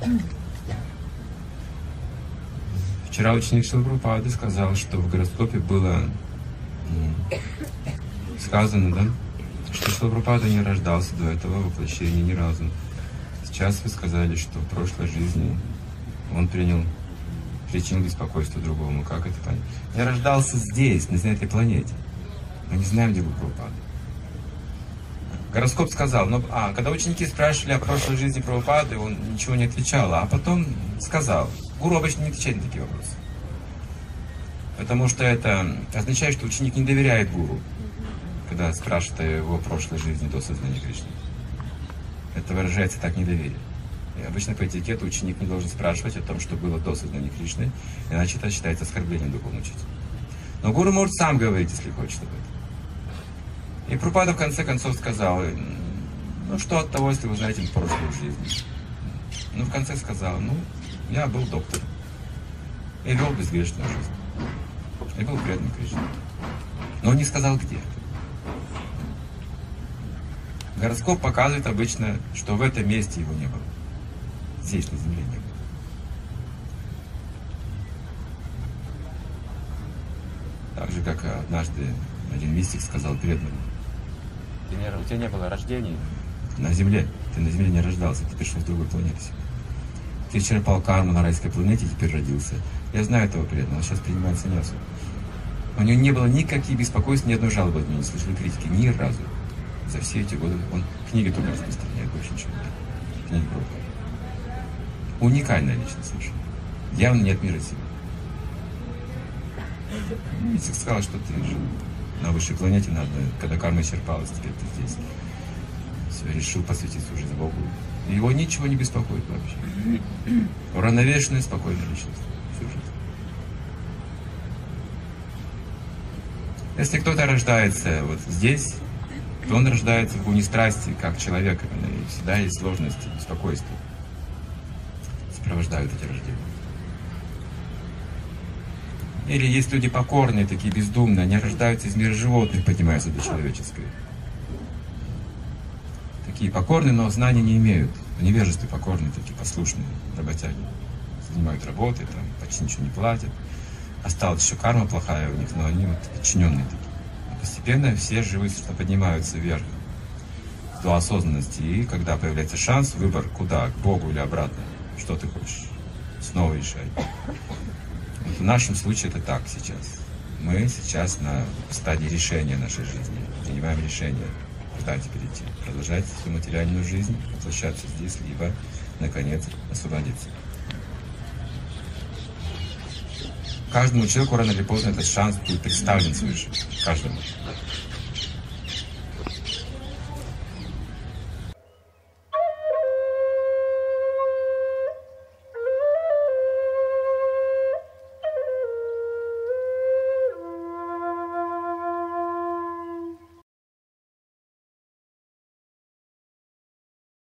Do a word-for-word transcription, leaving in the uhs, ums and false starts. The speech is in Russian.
Вчера ученик Шрилы Прабхупады сказал, что в гороскопе было сказано, да, что Шрила Прабхупада не рождался до этого воплощения ни разу. Сейчас вы сказали, что в прошлой жизни он принял причину беспокойства другому. Как это понять? Я рождался здесь, на этой планете. Мы не знаем, где был Прабхупада. Гороскоп сказал, но а, когда ученики спрашивали о прошлой жизни Прабхупады, он ничего не отвечал, а потом сказал. Гуру обычно не отвечает на такие вопросы. Потому что это означает, что ученик не доверяет гуру, когда спрашивает о его прошлой жизни до сознания Кришны. Это выражается так недоверие. И обычно по этикету ученик не должен спрашивать о том, что было до сознания Кришны, иначе это считается оскорблением духовного учителя. Но гуру может сам говорить, если хочет об этом. И Прабхупада в конце концов сказал, ну что от того, если вы знаете прошлую жизнь. Ну в конце сказал, ну я был доктором и вел безгрешную жизнь. И был предан Кришне. Но он не сказал где. Гороскоп показывает обычно, что в этом месте его не было. Здесь, на земле, не было. Так же, как однажды один мистик сказал преданному: у тебя не было рождения на земле, ты на земле не рождался, ты пришел с другой планеты. Ты черпал карму на райской планете и теперь родился. Я знаю этого преданного, он сейчас принимает саньясу. У него не было никаких беспокойств, ни одной жалобы от него не слышали, критики, ни разу. За все эти годы он книги только распространяет, больше ничего нет. Книги Прабхупады. Уникальная личность совершенно. Явно не от мира сего. Мистик сказал, что ты жил на высшей планете, на одной, когда карма исчерпалась, теперь ты здесь. Все, решил посвятить свою жизнь Богу. И его ничего не беспокоит вообще. Уравновешенная, спокойная личность. Всю жизнь. Если кто-то рождается вот здесь, то он рождается в гуне страсти, как человек. И всегда есть сложности, беспокойства. Сопровождают эти рождения. Или есть люди покорные, такие бездумные, они рождаются из мира животных, поднимаются до человеческой. Такие покорные, но знания не имеют. В невежестве покорные, такие послушные работяги. Занимают работой, там, почти ничего не платят. Осталась еще карма плохая у них, но они вот подчиненные такие. И постепенно все живые существа поднимаются вверх до осознанности. И когда появляется шанс, выбор куда, к Богу или обратно, что ты хочешь, снова решай. Вот в нашем случае это так сейчас. Мы сейчас на стадии решения нашей жизни. Принимаем решение, куда теперь идти. Продолжать свою материальную жизнь, воплощаться здесь, либо, наконец, освободиться. Каждому человеку рано или поздно этот шанс будет представлен свыше. Каждому.